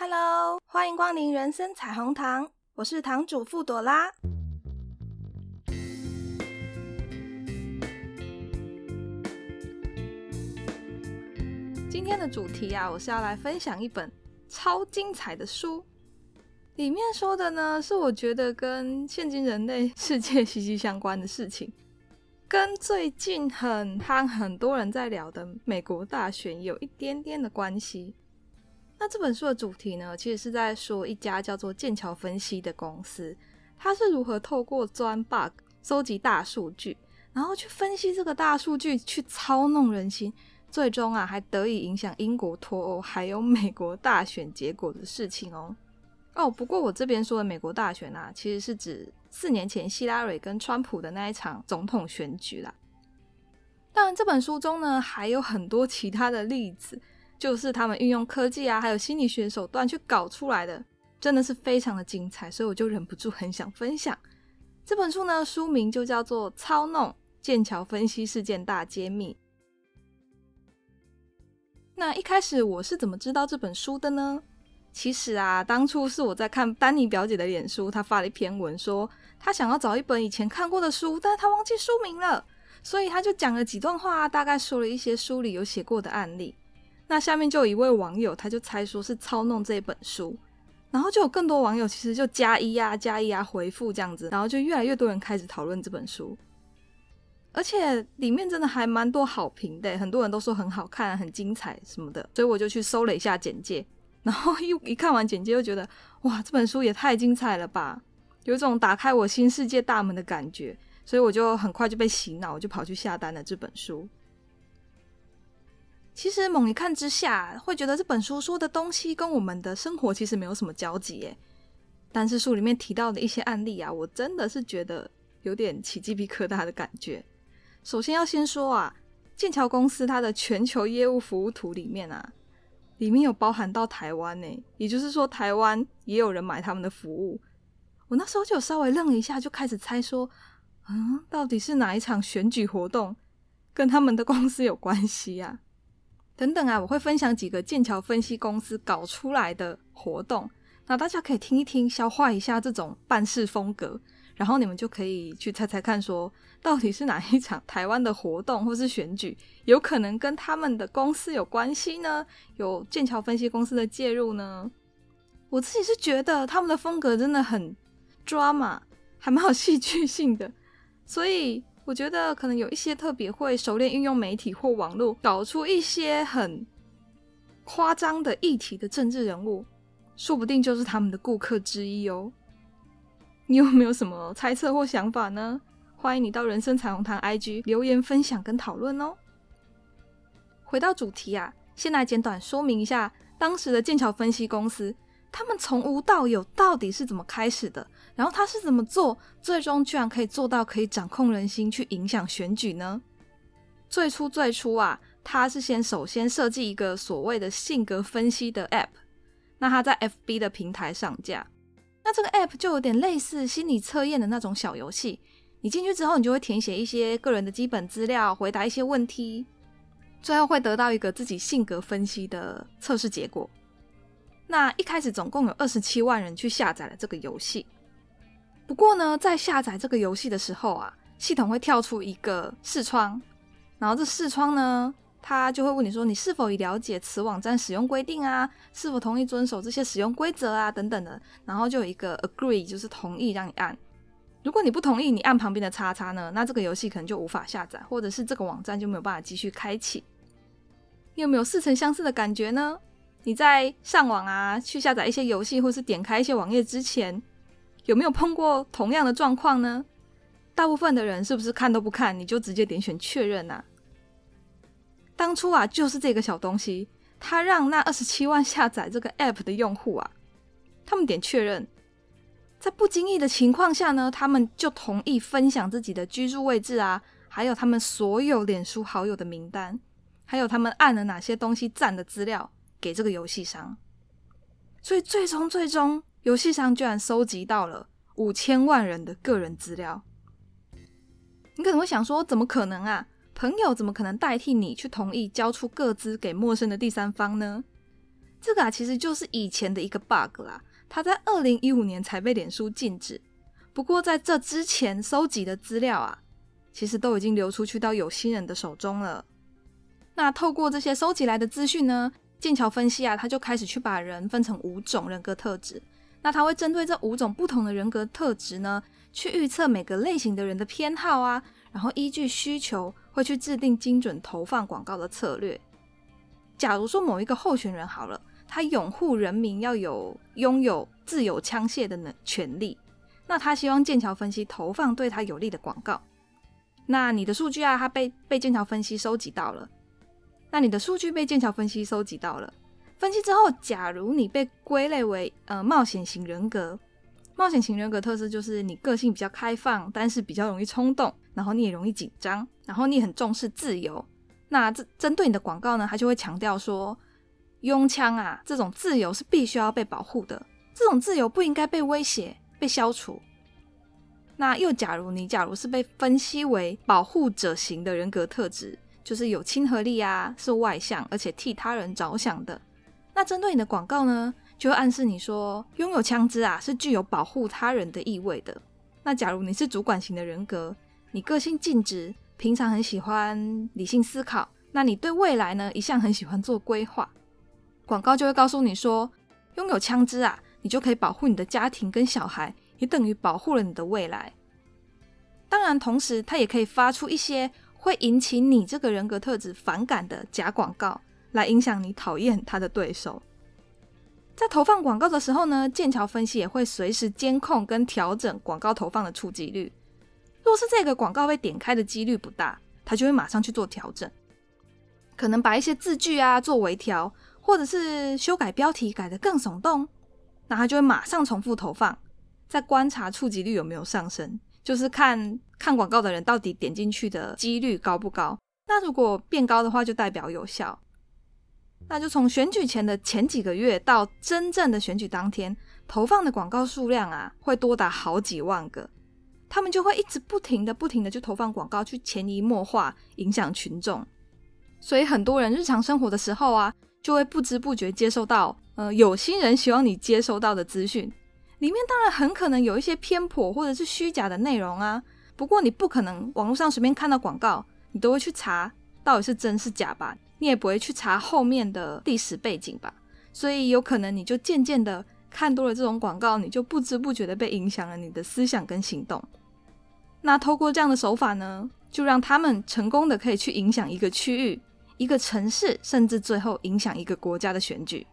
Hello， 欢迎光临人生彩虹糖，我是堂主妇朵拉。今天的主题我是要来分享一本超精彩的书。里面说的呢，是我觉得跟现今人类世界息息相关的事情，跟最近很夯很多人在聊的美国大选有一点点的关系。那这本书的主题呢，其实是在说一家叫做剑桥分析的公司，它是如何透过钻 bug 收集大数据，然后去分析这个大数据，去操弄人心，最终还得以影响英国脱欧还有美国大选结果的事情哦。不过我这边说的美国大选其实是指4年前希拉蕊跟川普的那一场总统选举啦。当然这本书中呢，还有很多其他的例子，就是他们运用科技还有心理学手段去搞出来的，真的是非常的精彩，所以我就忍不住很想分享。这本书呢，书名就叫做《操弄：剑桥分析事件大揭秘》。那一开始我是怎么知道这本书的呢？其实当初是我在看丹尼表姐的脸书，她发了一篇文说她想要找一本以前看过的书，但是她忘记书名了，所以她就讲了几段话，大概说了一些书里有写过的案例。那下面就有一位网友，他就猜说是操弄这本书，然后就有更多网友其实就加一回复这样子，然后就越来越多人开始讨论这本书，而且里面真的还蛮多好评的，很多人都说很好看很精彩什么的，所以我就去搜了一下简介，然后一看完简介就觉得哇，这本书也太精彩了吧，有一种打开我新世界大门的感觉，所以我就很快就被洗脑，我就跑去下单了这本书。其实猛一看之下，会觉得这本书说的东西跟我们的生活其实没有什么交集耶。但是书里面提到的一些案例我真的是觉得有点起鸡皮疙瘩的感觉。首先要先说剑桥公司它的全球业务服务图里面里面有包含到台湾耶，也就是说台湾也有人买他们的服务。我那时候就稍微愣了一下，就开始猜说到底是哪一场选举活动跟他们的公司有关系等等我会分享几个剑桥分析公司搞出来的活动，那大家可以听一听，消化一下这种办事风格，然后你们就可以去猜猜看说到底是哪一场台湾的活动或是选举有可能跟他们的公司有关系呢，有剑桥分析公司的介入呢。我自己是觉得他们的风格真的很 drama， 还蛮有戏剧性的，所以我觉得可能有一些特别会熟练运用媒体或网络搞出一些很夸张的议题的政治人物，说不定就是他们的顾客之一哦。你有没有什么猜测或想法呢？欢迎你到人生彩虹糖 IG 留言分享跟讨论哦。回到主题先来简短说明一下当时的剑桥分析公司，他们从无到有到底是怎么开始的，然后他是怎么做，最终居然可以做到可以掌控人心去影响选举呢？最初他是首先设计一个所谓的性格分析的 App， 那他在 FB 的平台上架，那这个 App 就有点类似心理测验的那种小游戏，你进去之后你就会填写一些个人的基本资料，回答一些问题，最后会得到一个自己性格分析的测试结果。那一开始总共有27万人去下载了这个游戏，不过呢在下载这个游戏的时候系统会跳出一个视窗，然后这视窗呢它就会问你说你是否已了解此网站使用规定是否同意遵守这些使用规则等等的，然后就有一个 agree 就是同意让你按，如果你不同意你按旁边的叉叉呢，那这个游戏可能就无法下载，或者是这个网站就没有办法继续开启。你有没有似曾相识的感觉呢？你在上网去下载一些游戏或是点开一些网页之前，有没有碰过同样的状况呢？大部分的人是不是看都不看你就直接点选确认当初就是这个小东西，它让那27万下载这个 app 的用户他们点确认，在不经意的情况下呢，他们就同意分享自己的居住位置还有他们所有脸书好友的名单，还有他们按了哪些东西赞的资料给这个游戏商。所以最终游戏商居然收集到了5000万人的个人资料。你可能会想说怎么可能朋友怎么可能代替你去同意交出个资给陌生的第三方呢？ 这个其实就是以前的一个 bug 啦，它在2015年才被脸书禁止。不过在这之前收集的资料其实都已经流出去到有心人的手中了。那透过这些收集来的资讯呢，剑桥分析他就开始去把人分成5种人格特质。那他会针对这5种不同的人格特质呢，去预测每个类型的人的偏好然后依据需求会去制定精准投放广告的策略。假如说某一个候选人好了，他拥护人民要拥有自由枪械的权利，那他希望剑桥分析投放对他有利的广告。那你的数据他被剑桥分析收集到了。分析之后，假如你被归类为冒险型人格，冒险型人格特质就是你个性比较开放，但是比较容易冲动，然后你也容易紧张，然后你也很重视自由。那针对你的广告呢，它就会强调说，拥枪这种自由是必须要被保护的，这种自由不应该被威胁、被消除。那又假如是被分析为保护者型的人格特质，就是有亲和力是外向，而且替他人着想的。那针对你的广告呢，就会暗示你说，拥有枪支是具有保护他人的意味的。那假如你是主管型的人格，你个性尽职，平常很喜欢理性思考，那你对未来呢一向很喜欢做规划，广告就会告诉你说，拥有枪支你就可以保护你的家庭跟小孩，也等于保护了你的未来。当然同时它也可以发出一些会引起你这个人格特质反感的假广告，来影响你讨厌他的对手。在投放广告的时候呢，剑桥分析也会随时监控跟调整广告投放的触及率。若是这个广告被点开的几率不大，他就会马上去做调整，可能把一些字句做微调，或者是修改标题改得更耸动，那他就会马上重复投放，再观察触及率有没有上升，就是看广告的人到底点进去的几率高不高。那如果变高的话，就代表有效。那就从选举前的前几个月到真正的选举当天，投放的广告数量会多达好几万个，他们就会一直不停的去投放广告，去潜移默化影响群众。所以很多人日常生活的时候就会不知不觉接受到有心人希望你接收到的资讯，里面当然很可能有一些偏颇或者是虚假的内容不过你不可能网络上随便看到广告你都会去查到底是真是假吧，你也不会去查后面的历史背景吧，所以有可能你就渐渐的看多了这种广告，你就不知不觉的被影响了你的思想跟行动。那透过这样的手法呢，就让他们成功的可以去影响一个区域、一个城市，甚至最后影响一个国家的选举。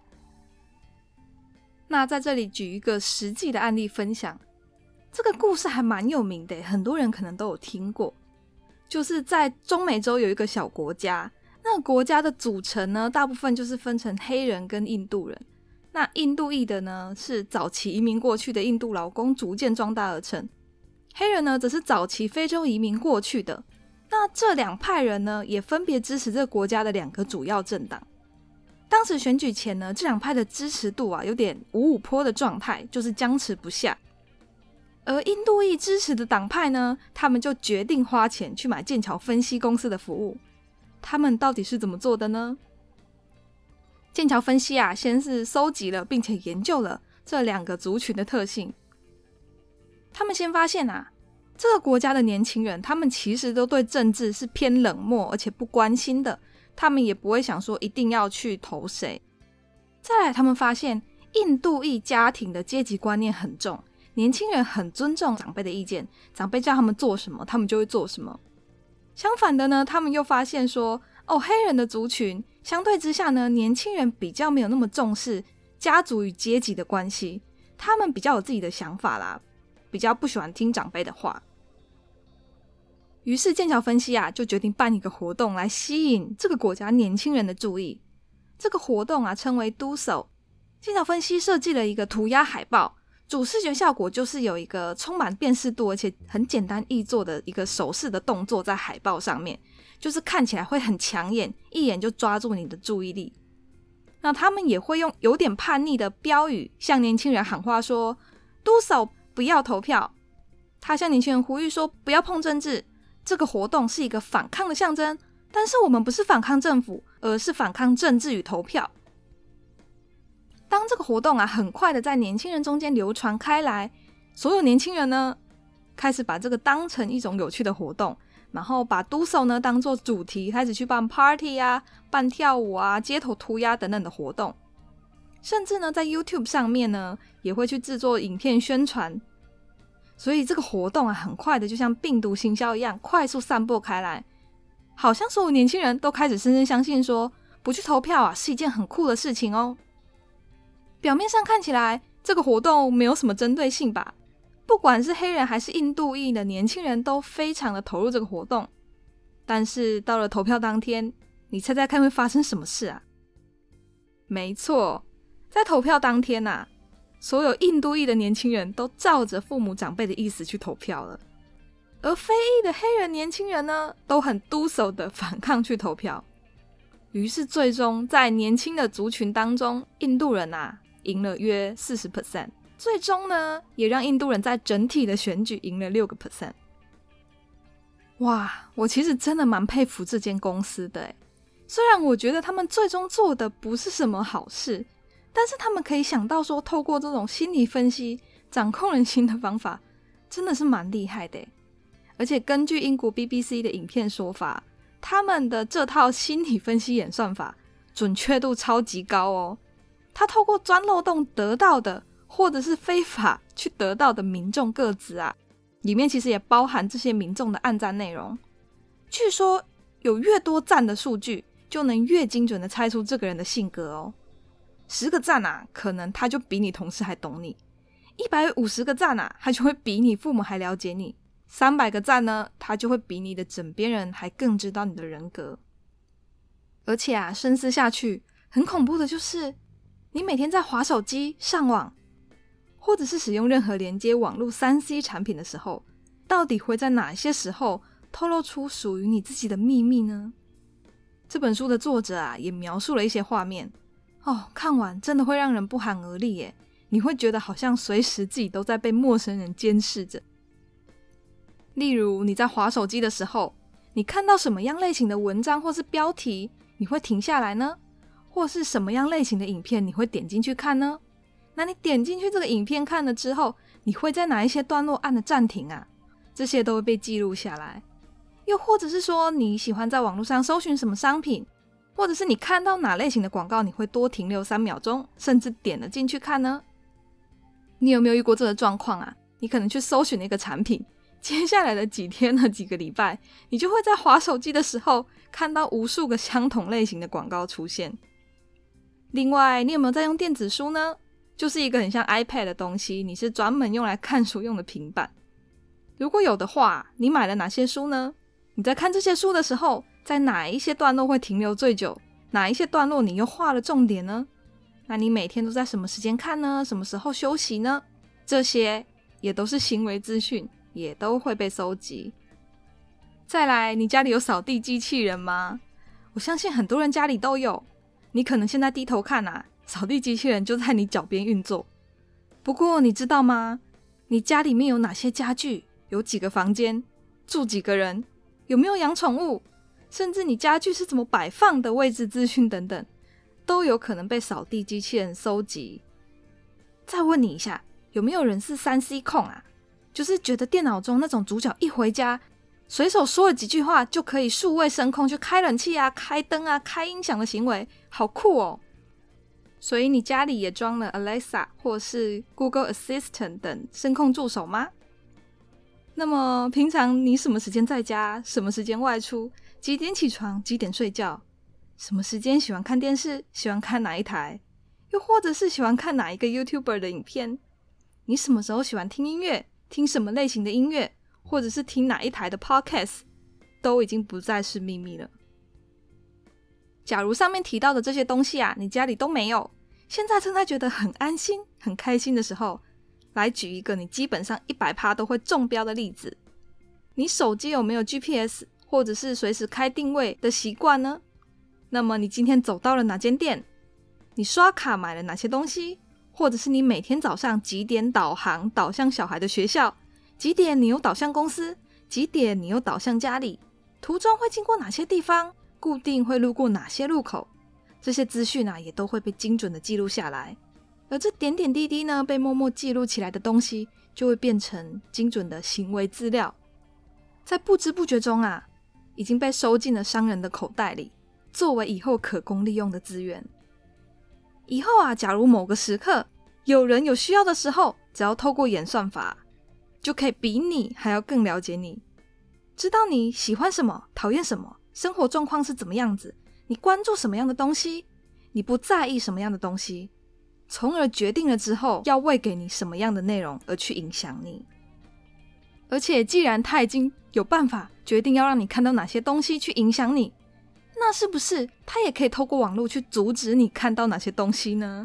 那在这里举一个实际的案例分享，这个故事还蛮有名的，很多人可能都有听过。就是在中美洲有一个小国家，那个国家的组成呢，大部分就是分成黑人跟印度人。那印度裔的呢，是早期移民过去的印度劳工逐渐壮大而成，黑人呢则是早期非洲移民过去的。那这两派人呢，也分别支持这个国家的2个主要政党。当时选举前呢，这两派的支持度有点五五波的状态，就是僵持不下。而印度裔支持的党派呢，他们就决定花钱去买剑桥分析公司的服务。他们到底是怎么做的呢？剑桥分析先是搜集了并且研究了这2个族群的特性。他们先发现这个国家的年轻人，他们其实都对政治是偏冷漠而且不关心的，他们也不会想说一定要去投谁。再来他们发现印度裔家庭的阶级观念很重，年轻人很尊重长辈的意见，长辈叫他们做什么他们就会做什么。相反的呢，他们又发现说黑人的族群相对之下呢，年轻人比较没有那么重视家族与阶级的关系，他们比较有自己的想法啦，比较不喜欢听长辈的话。于是剑桥分析就决定办一个活动来吸引这个国家年轻人的注意。这个活动称为 Do So。 剑桥分析设计了一个涂鸦海报，主视觉效果就是有一个充满辨识度而且很简单易做的一个手势的动作在海报上面，就是看起来会很抢眼，一眼就抓住你的注意力。那他们也会用有点叛逆的标语向年轻人喊话说 Do So 不要投票。他向年轻人呼吁说不要碰政治，这个活动是一个反抗的象征，但是我们不是反抗政府，而是反抗政治与投票。 当这个活动啊很快的在年轻人中间流传开来，所有年轻人呢开始把这个当成一种有趣的活动，然后把 Do-So 呢当作主题，开始去办 party 啊、办跳舞啊、街头涂鸦等等的活动，甚至呢在 YouTube 上面呢也会去制作影片宣传。所以这个活动啊很快的就像病毒行销一样快速散播开来，好像所有年轻人都开始深深相信说不去投票啊是一件很酷的事情哦。表面上看起来这个活动没有什么针对性吧，不管是黑人还是印度裔的年轻人都非常的投入这个活动。但是到了投票当天，你猜猜看会发生什么事啊？没错，在投票当天啊，所有印度裔的年轻人都照着父母长辈的意思去投票了，而非裔的黑人年轻人呢都很Do-So的反抗去投票。于是最终在年轻的族群当中，印度人啊赢了约 40%， 最终呢也让印度人在整体的选举赢了 6%。 哇，我其实真的蛮佩服这间公司的耶，虽然我觉得他们最终做的不是什么好事，但是他们可以想到说透过这种心理分析掌控人心的方法，真的是蛮厉害的耶。而且根据英国 BBC 的影片说法，他们的这套心理分析演算法准确度超级高哦，他透过钻漏洞得到的或者是非法去得到的民众个资啊，里面其实也包含这些民众的按赞内容。据说有越多赞的数据就能越精准的猜出这个人的性格哦。10个赞啊，可能他就比你同事还懂你；150个赞啊，他就会比你父母还了解你；300个赞呢，他就会比你的枕边人还更知道你的人格。而且啊，深思下去，很恐怖的就是你每天在滑手机、上网，或者是使用任何连接网络 3C 产品的时候，到底会在哪些时候透露出属于你自己的秘密呢？这本书的作者啊，也描述了一些画面哦，看完真的会让人不寒而栗耶，你会觉得好像随时自己都在被陌生人监视着。例如你在滑手机的时候，你看到什么样类型的文章或是标题你会停下来呢？或是什么样类型的影片你会点进去看呢？那你点进去这个影片看了之后，你会在哪一些段落按了暂停啊？这些都会被记录下来。又或者是说你喜欢在网络上搜寻什么商品，或者是你看到哪类型的广告你会多停留3秒钟，甚至点了进去看呢？你有没有遇过这个状况啊？你可能去搜寻一个产品，接下来的几天和几个礼拜，你就会在滑手机的时候看到无数个相同类型的广告出现。另外，你有没有在用电子书呢？就是一个很像 iPad 的东西，你是专门用来看书用的平板。如果有的话，你买了哪些书呢？你在看这些书的时候，在哪一些段落会停留最久？哪一些段落你又画了重点呢？那你每天都在什么时间看呢？什么时候休息呢？这些也都是行为资讯，也都会被收集。再来，你家里有扫地机器人吗？我相信很多人家里都有。你可能现在低头看啊，扫地机器人就在你脚边运作。不过你知道吗？你家里面有哪些家具？有几个房间？住几个人？有没有养宠物？甚至你家具是怎么摆放的位置资讯等等，都有可能被扫地机器人收集。再问你一下，有没有人是 3C 控啊？就是觉得电脑中那种主角一回家，随手说了几句话就可以数位声控去开冷气啊、开灯啊、开音响的行为，好酷哦！所以你家里也装了 Alexa 或是 Google Assistant 等声控助手吗？那么平常你什么时间在家，什么时间外出，几点起床，几点睡觉，什么时间喜欢看电视，喜欢看哪一台，又或者是喜欢看哪一个 YouTuber 的影片，你什么时候喜欢听音乐，听什么类型的音乐，或者是听哪一台的 Podcast， 都已经不再是秘密了。假如上面提到的这些东西啊，你家里都没有，现在正在觉得很安心很开心的时候，来举一个你基本上 100% 都会中标的例子。你手机有没有 GPS 或者是随时开定位的习惯呢？那么你今天走到了哪间店？你刷卡买了哪些东西？或者是你每天早上几点导航导向小孩的学校？几点你又导向公司？几点你又导向家里？途中会经过哪些地方？固定会路过哪些路口？这些资讯啊，也都会被精准的记录下来。 而这点点滴滴呢，被默默记录起来的东西，就会变成精准的行为资料，在不知不觉中啊，已经被收进了商人的口袋里，作为以后可供利用的资源。以后啊，假如某个时刻有人有需要的时候，只要透过演算法，就可以比你还要更了解你，知道你喜欢什么，讨厌什么，生活状况是怎么样子，你关注什么样的东西，你不在意什么样的东西，从而决定了之后要喂给你什么样的内容而去影响你。而且既然他已经有办法决定要让你看到哪些东西去影响你，那是不是他也可以透过网络去阻止你看到哪些东西呢？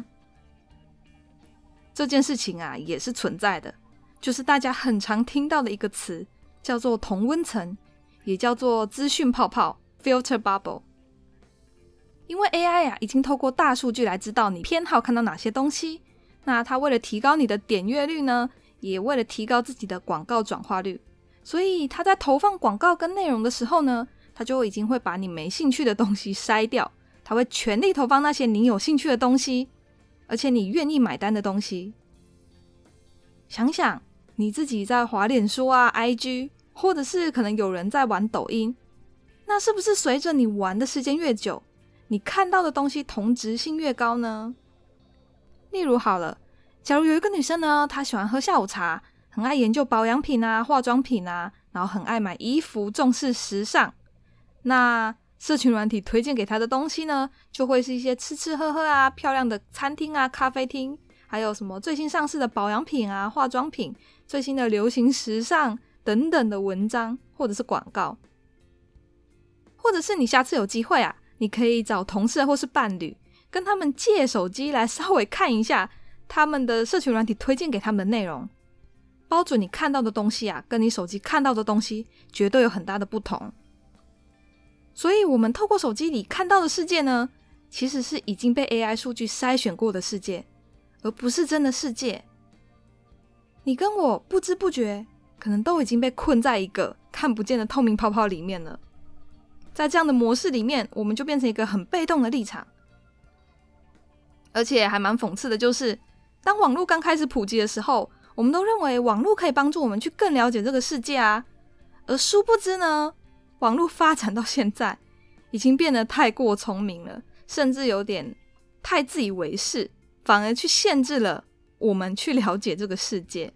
这件事情啊也是存在的，就是大家很常听到的一个词，叫做同温层，也叫做资讯泡泡 filter bubble。 因为 AI 啊已经透过大数据来知道你偏好看到哪些东西，那它为了提高你的点阅率呢，也为了提高自己的广告转化率，所以它在投放广告跟内容的时候呢，它就已经会把你没兴趣的东西筛掉，它会全力投放那些你有兴趣的东西，而且你愿意买单的东西。想想你自己在滑脸书啊 IG， 或者是可能有人在玩抖音，那是不是随着你玩的时间越久，你看到的东西同质性越高呢？例如好了，假如有一个女生呢，她喜欢喝下午茶，很爱研究保养品啊、化妆品啊，然后很爱买衣服，重视时尚，那社群软体推荐给她的东西呢，就会是一些吃吃喝喝啊、漂亮的餐厅啊、咖啡厅，还有什么最新上市的保养品啊、化妆品，最新的流行时尚等等的文章或者是广告。或者是你下次有机会啊，你可以找同事或是伴侣，跟他们借手机来稍微看一下他们的社群软体推荐给他们的内容，包准你看到的东西啊，跟你手机看到的东西绝对有很大的不同。所以我们透过手机里看到的世界呢，其实是已经被 AI 数据筛选过的世界，而不是真的世界。你跟我不知不觉可能都已经被困在一个看不见的透明泡泡里面了，在这样的模式里面，我们就变成一个很被动的立场。而且还蛮讽刺的，就是当网络刚开始普及的时候，我们都认为网络可以帮助我们去更了解这个世界啊，而殊不知呢，网络发展到现在已经变得太过聪明了，甚至有点太自以为是，反而去限制了我们去了解这个世界。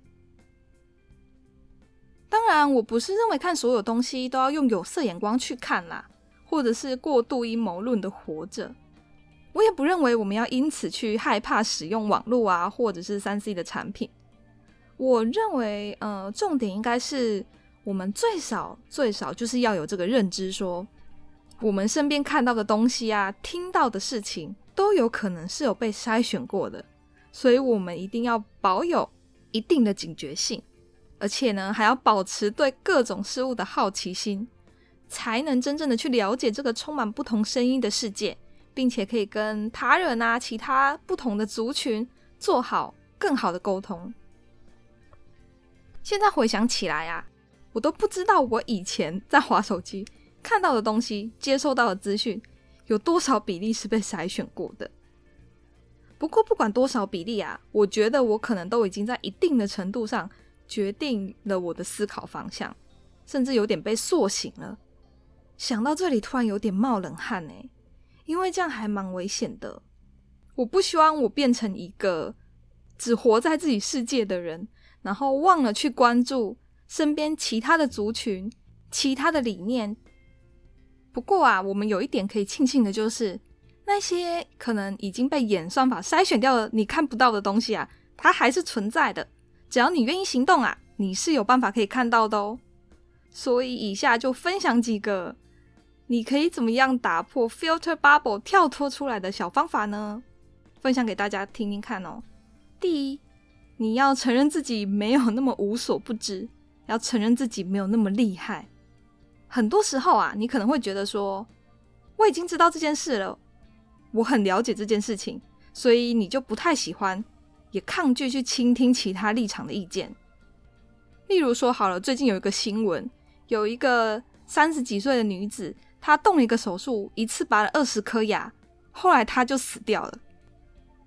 当然我不是认为看所有东西都要用有色眼光去看啦，或者是过度阴谋论的活着，我也不认为我们要因此去害怕使用网络啊，或者是 3C 的产品。我认为重点应该是我们最少就是要有这个认知，说我们身边看到的东西啊，听到的事情都有可能是有被筛选过的，所以我们一定要保有一定的警觉性，而且呢还要保持对各种事物的好奇心，才能真正的去了解这个充满不同声音的世界，并且可以跟他人啊、其他不同的族群做好更好的沟通。现在回想起来啊，我都不知道我以前在滑手机看到的东西、接收到的资讯有多少比例是被筛选过的。不过不管多少比例啊，我觉得我可能都已经在一定的程度上决定了我的思考方向，甚至有点被塑形了。想到这里突然有点冒冷汗耶，因为这样还蛮危险的。我不希望我变成一个只活在自己世界的人，然后忘了去关注身边其他的族群、其他的理念。不过啊，我们有一点可以庆幸的就是，那些可能已经被演算法筛选掉的你看不到的东西啊，它还是存在的。只要你愿意行动啊，你是有办法可以看到的哦。所以以下就分享几个你可以怎么样打破 filter bubble 跳脱出来的小方法呢？分享给大家听听看哦。第一，你要承认自己没有那么无所不知，要承认自己没有那么厉害。很多时候啊，你可能会觉得说，我已经知道这件事了，我很了解这件事情，所以你就不太喜欢，也抗拒去倾听其他立场的意见。例如说好了，最近有一个新闻，有一个30几岁的女子，她动了一个手术，一次拔了20颗牙，后来她就死掉了。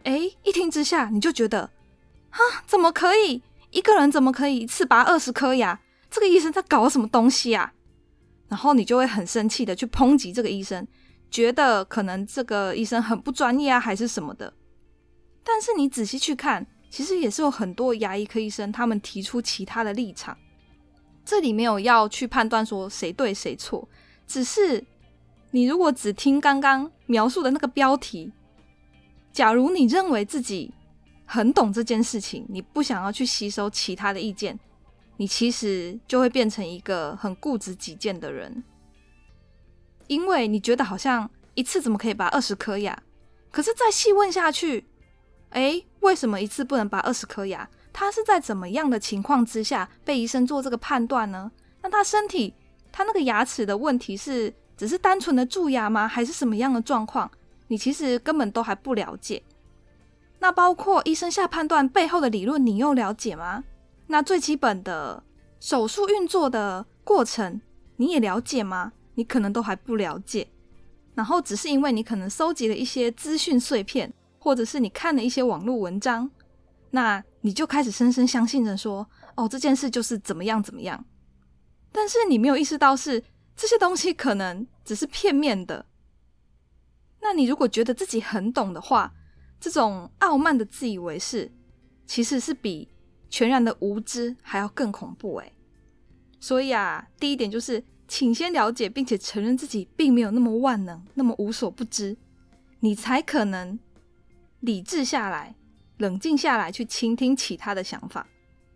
一听之下你就觉得怎么可以一个人怎么可以一次拔20颗牙？这个医生在搞什么东西啊？然后你就会很生气的去抨击这个医生，觉得可能这个医生很不专业啊，还是什么的。但是你仔细去看，其实也是有很多牙医科医生他们提出其他的立场。这里没有要去判断说谁对谁错，只是你如果只听刚刚描述的那个标题，假如你认为自己很懂这件事情，你不想要去吸收其他的意见，你其实就会变成一个很固执己见的人。因为你觉得好像一次怎么可以拔20颗牙，可是再细问下去，为什么一次不能拔20颗牙？他是在怎么样的情况之下被医生做这个判断呢？那他身体他那个牙齿的问题是只是单纯的蛀牙吗？还是什么样的状况？你其实根本都还不了解。那包括医生下判断背后的理论，你又了解吗？那最基本的手术运作的过程，你也了解吗？你可能都还不了解。然后只是因为你可能收集了一些资讯碎片，或者是你看了一些网络文章，那你就开始深深相信着说，这件事就是怎么样怎么样。但是你没有意识到是这些东西可能只是片面的。那你如果觉得自己很懂的话，这种傲慢的自以为是其实是比全然的无知还要更恐怖所以第一点就是请先了解并且承认自己并没有那么万能，那么无所不知，你才可能理智下来，冷静下来去倾听其他的想法。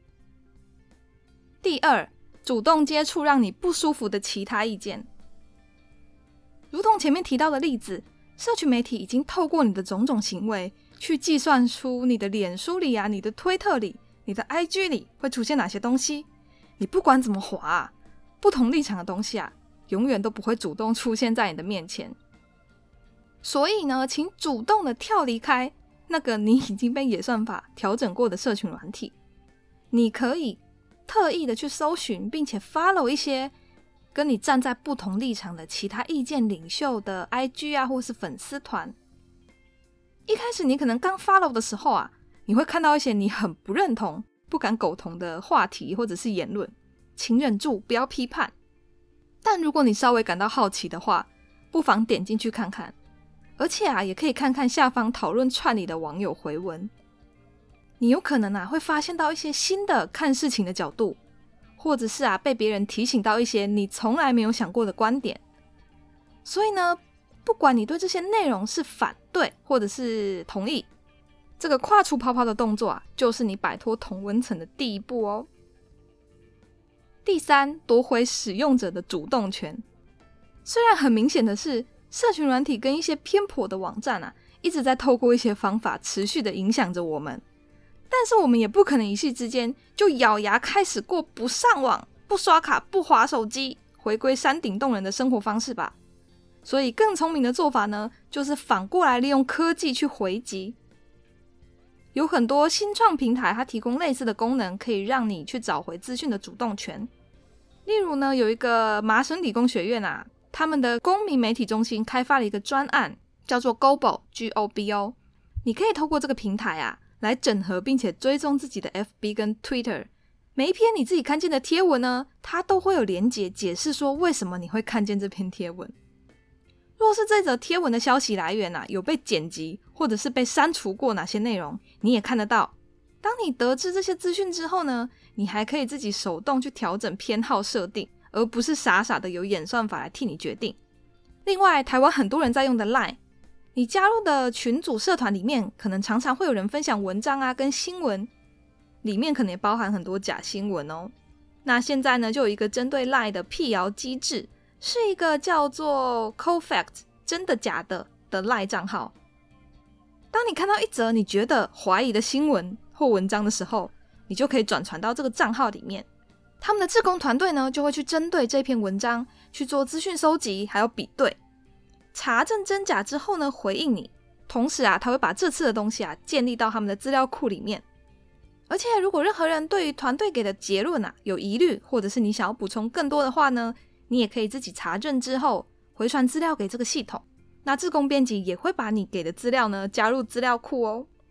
第二，主动接触让你不舒服的其他意见。如同前面提到的例子，社群媒体已经透过你的种种行为去计算出你的脸书里你的推特里，你的 IG 里会出现哪些东西。你不管怎么滑不同立场的东西永远都不会主动出现在你的面前。所以呢，请主动的跳离开那个你已经被演算法调整过的社群软体。你可以特意的去搜寻并且 follow 一些跟你站在不同立场的其他意见领袖的 IG 或是粉丝团。一开始你可能刚 follow 的时候你会看到一些你很不认同、不敢苟同的话题或者是言论，请忍住，不要批判。但如果你稍微感到好奇的话，不妨点进去看看，而且也可以看看下方讨论串里的网友回文。你有可能会发现到一些新的看事情的角度，或者是被别人提醒到一些你从来没有想过的观点。所以呢，不管你对这些内容是反对或者是同意，这个跨出泡泡的动作就是你摆脱同温层的第一步哦。第三，夺回使用者的主动权。虽然很明显的是，社群软体跟一些偏颇的网站一直在透过一些方法持续的影响着我们，但是我们也不可能一夕之间就咬牙开始过不上网、不刷卡、不滑手机，回归山顶洞人的生活方式吧。所以更聪明的做法呢，就是反过来利用科技去回击。有很多新创平台它提供类似的功能，可以让你去找回资讯的主动权。例如呢，有一个麻省理工学院他们的公民媒体中心开发了一个专案，叫做 Gobo G-O-B-O。 你可以透过这个平台来整合并且追踪自己的 FB 跟 Twitter， 每一篇你自己看见的贴文呢，它都会有连结解释说为什么你会看见这篇贴文。若是这则贴文的消息来源有被剪辑或者是被删除过哪些内容，你也看得到。当你得知这些资讯之后呢，你还可以自己手动去调整偏好设定，而不是傻傻的由演算法来替你决定。另外，台湾很多人在用的 LINE， 你加入的群组社团里面可能常常会有人分享文章跟新闻，里面可能也包含很多假新闻哦。那现在呢，就有一个针对 LINE 的辟谣机制，是一个叫做 Cofact 真的假的 LINE 账号。当你看到一则你觉得怀疑的新闻或文章的时候，你就可以转传到这个账号里面。他们的志工团队呢，就会去针对这篇文章去做资讯收集还有比对，查证真假之后呢，回应你。同时他会把这次的东西建立到他们的资料库里面。而且如果任何人对于团队给的结论有疑虑，或者是你想要补充更多的话呢，你也可以自己查证之后回传资料给这个系统。那志工编辑也会把你给的资料呢加入资料库哦。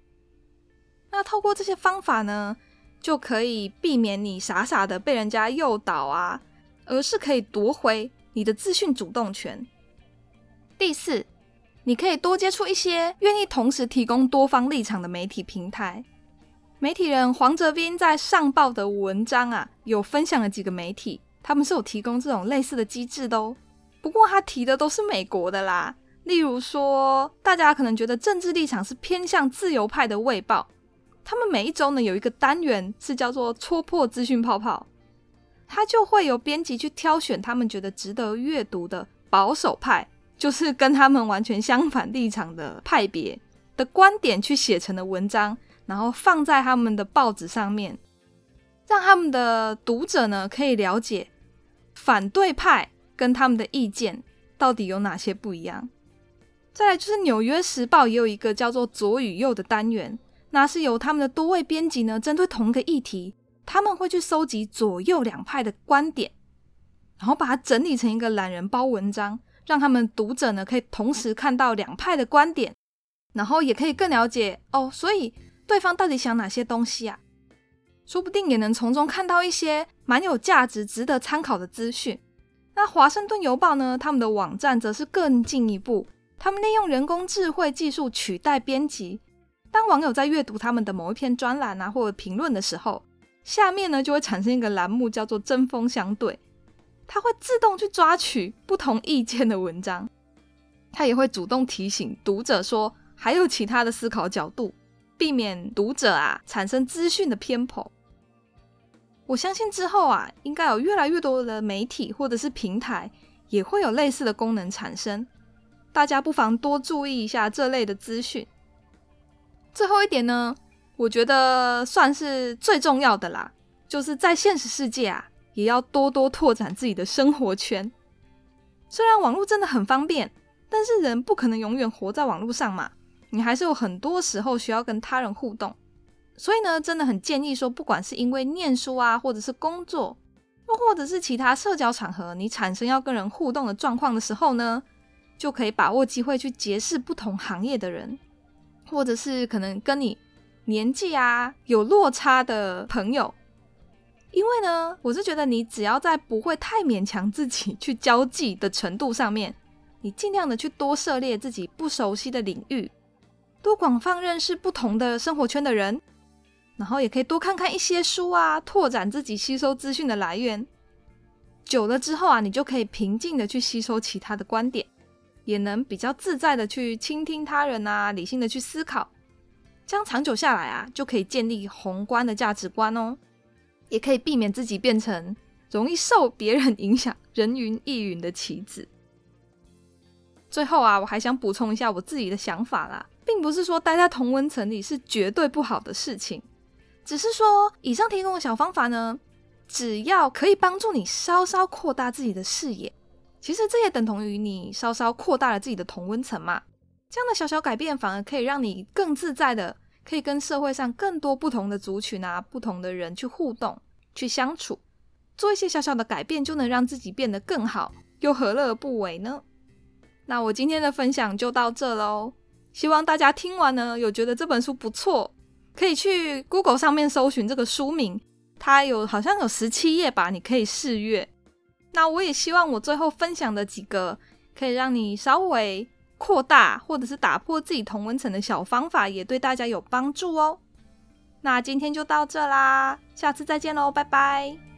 那透过这些方法呢，就可以避免你傻傻的被人家诱导啊，而是可以夺回你的资讯主动权。第四，你可以多接触一些愿意同时提供多方立场的媒体平台。媒体人黄哲斌在上报的文章啊，有分享了几个媒体，他们是有提供这种类似的机制的哦。不过他提的都是美国的啦，例如说大家可能觉得政治立场是偏向自由派的卫报，他们每一周呢有一个单元是叫做戳破资讯泡泡，他就会有编辑去挑选他们觉得值得阅读的保守派，就是跟他们完全相反立场的派别的观点去写成的文章，然后放在他们的报纸上面，让他们的读者呢可以了解反对派跟他们的意见到底有哪些不一样。再来就是纽约时报也有一个叫做左与右的单元，那是由他们的多位编辑呢针对同一个议题，他们会去搜集左右两派的观点，然后把它整理成一个懒人包文章，让他们读者呢可以同时看到两派的观点，然后也可以更了解所以对方到底想哪些东西啊，说不定也能从中看到一些蛮有价值值得参考的资讯。那华盛顿邮报呢，他们的网站则是更进一步，他们利用人工智慧技术取代编辑，当网友在阅读他们的某一篇专栏啊或者评论的时候，下面呢就会产生一个栏目叫做针锋相对，它会自动去抓取不同意见的文章，它也会主动提醒读者说还有其他的思考角度，避免读者啊产生资讯的偏颇。我相信之后啊，应该有越来越多的媒体或者是平台也会有类似的功能产生，大家不妨多注意一下这类的资讯。最后一点呢，我觉得算是最重要的啦，就是在现实世界啊，也要多多拓展自己的生活圈。虽然网络真的很方便，但是人不可能永远活在网络上嘛，你还是有很多时候需要跟他人互动。所以呢，真的很建议说，不管是因为念书啊，或者是工作，又或者是其他社交场合，你产生要跟人互动的状况的时候呢，就可以把握机会去结识不同行业的人，或者是可能跟你年纪啊有落差的朋友。因为呢，我是觉得你只要在不会太勉强自己去交际的程度上面，你尽量的去多涉猎自己不熟悉的领域，多广泛认识不同的生活圈的人，然后也可以多看看一些书啊，拓展自己吸收资讯的来源。久了之后啊，你就可以平静的去吸收其他的观点，也能比较自在的去倾听他人啊，理性的去思考。这样长久下来啊，就可以建立宏观的价值观哦，也可以避免自己变成容易受别人影响、人云亦云的棋子。最后啊，我还想补充一下我自己的想法啦，并不是说待在同温层里是绝对不好的事情，只是说以上提供的小方法呢，只要可以帮助你稍稍扩大自己的视野，其实这也等同于你稍稍扩大了自己的同温层嘛。这样的小小改变反而可以让你更自在的可以跟社会上更多不同的族群啊，不同的人去互动、去相处，做一些小小的改变就能让自己变得更好，又何乐而不为呢？那我今天的分享就到这咯，希望大家听完呢有觉得这本书不错，可以去 Google 上面搜寻这个书名，它好像有17页吧，你可以试阅。那我也希望我最后分享的几个可以让你稍微扩大或者是打破自己同温层的小方法也对大家有帮助哦。那今天就到这啦，下次再见咯，拜拜。